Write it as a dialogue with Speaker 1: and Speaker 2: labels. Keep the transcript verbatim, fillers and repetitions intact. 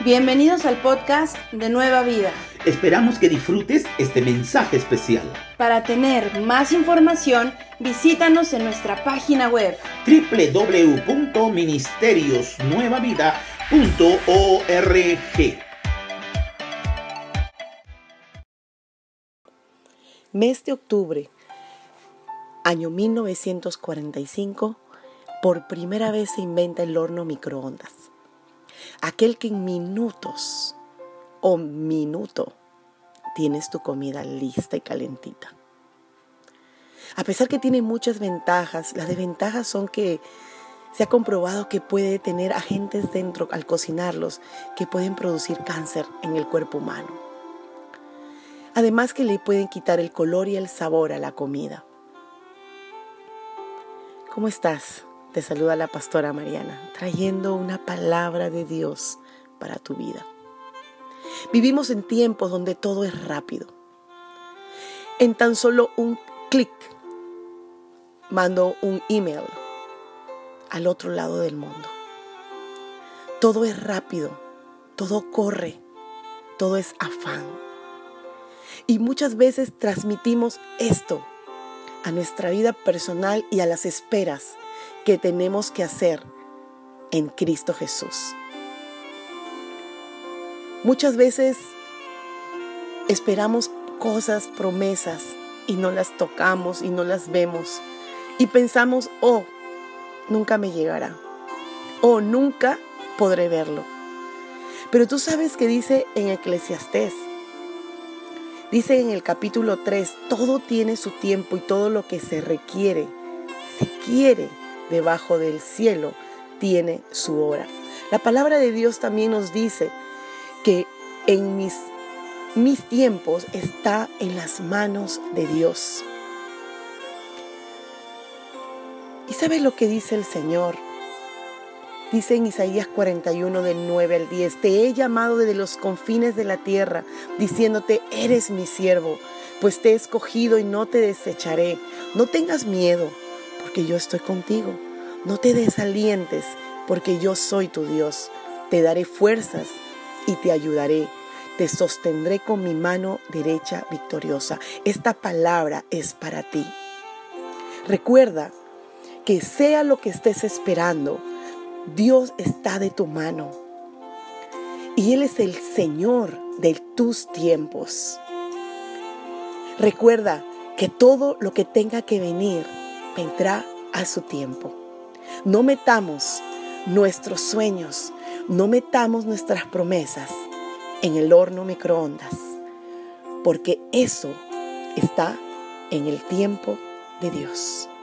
Speaker 1: Bienvenidos al podcast de Nueva Vida.
Speaker 2: Esperamos que disfrutes este mensaje especial.
Speaker 1: Para tener más información, visítanos en nuestra página web
Speaker 2: doble u doble u doble u punto ministerios nueva vida punto org.
Speaker 3: Mes de octubre, año mil novecientos cuarenta y cinco, por primera vez se inventa el horno microondas. Aquel que en minutos o minuto tienes tu comida lista y calentita. A pesar que tiene muchas ventajas, las desventajas son que se ha comprobado que puede tener agentes dentro al cocinarlos que pueden producir cáncer en el cuerpo humano. Además que le pueden quitar el color y el sabor a la comida. ¿Cómo estás? Te saluda la pastora Mariana, trayendo una palabra de Dios para tu vida. Vivimos en tiempos donde todo es rápido. En tan solo un clic, mando un email al otro lado del mundo. Todo es rápido, todo corre, todo es afán. Y muchas veces transmitimos esto a nuestra vida personal y a las esperas que tenemos que hacer en Cristo Jesús. Muchas veces esperamos cosas, promesas, y no las tocamos y no las vemos. Y pensamos, oh, nunca me llegará. Oh, nunca podré verlo. Pero tú sabes que dice en Eclesiastés, dice en el capítulo tres, todo tiene su tiempo y todo lo que se requiere, se quiere debajo del cielo, tiene su hora. La palabra de Dios también nos dice que en mis, mis tiempos está en las manos de Dios. ¿Y sabes lo que dice el Señor? Dice en Isaías cuarenta y uno del nueve al diez, te he llamado desde los confines de la tierra, diciéndote, eres mi siervo, pues te he escogido y no te desecharé. No tengas miedo, porque yo estoy contigo. No te desalientes, porque yo soy tu Dios. Te daré fuerzas y te ayudaré. Te sostendré con mi mano derecha victoriosa. Esta palabra es para ti. Recuerda que sea lo que estés esperando, Dios está de tu mano. Y Él es el Señor de tus tiempos. Recuerda que todo lo que tenga que venir, vendrá a su tiempo. No metamos nuestros sueños, no metamos nuestras promesas en el horno microondas, porque eso está en el tiempo de Dios.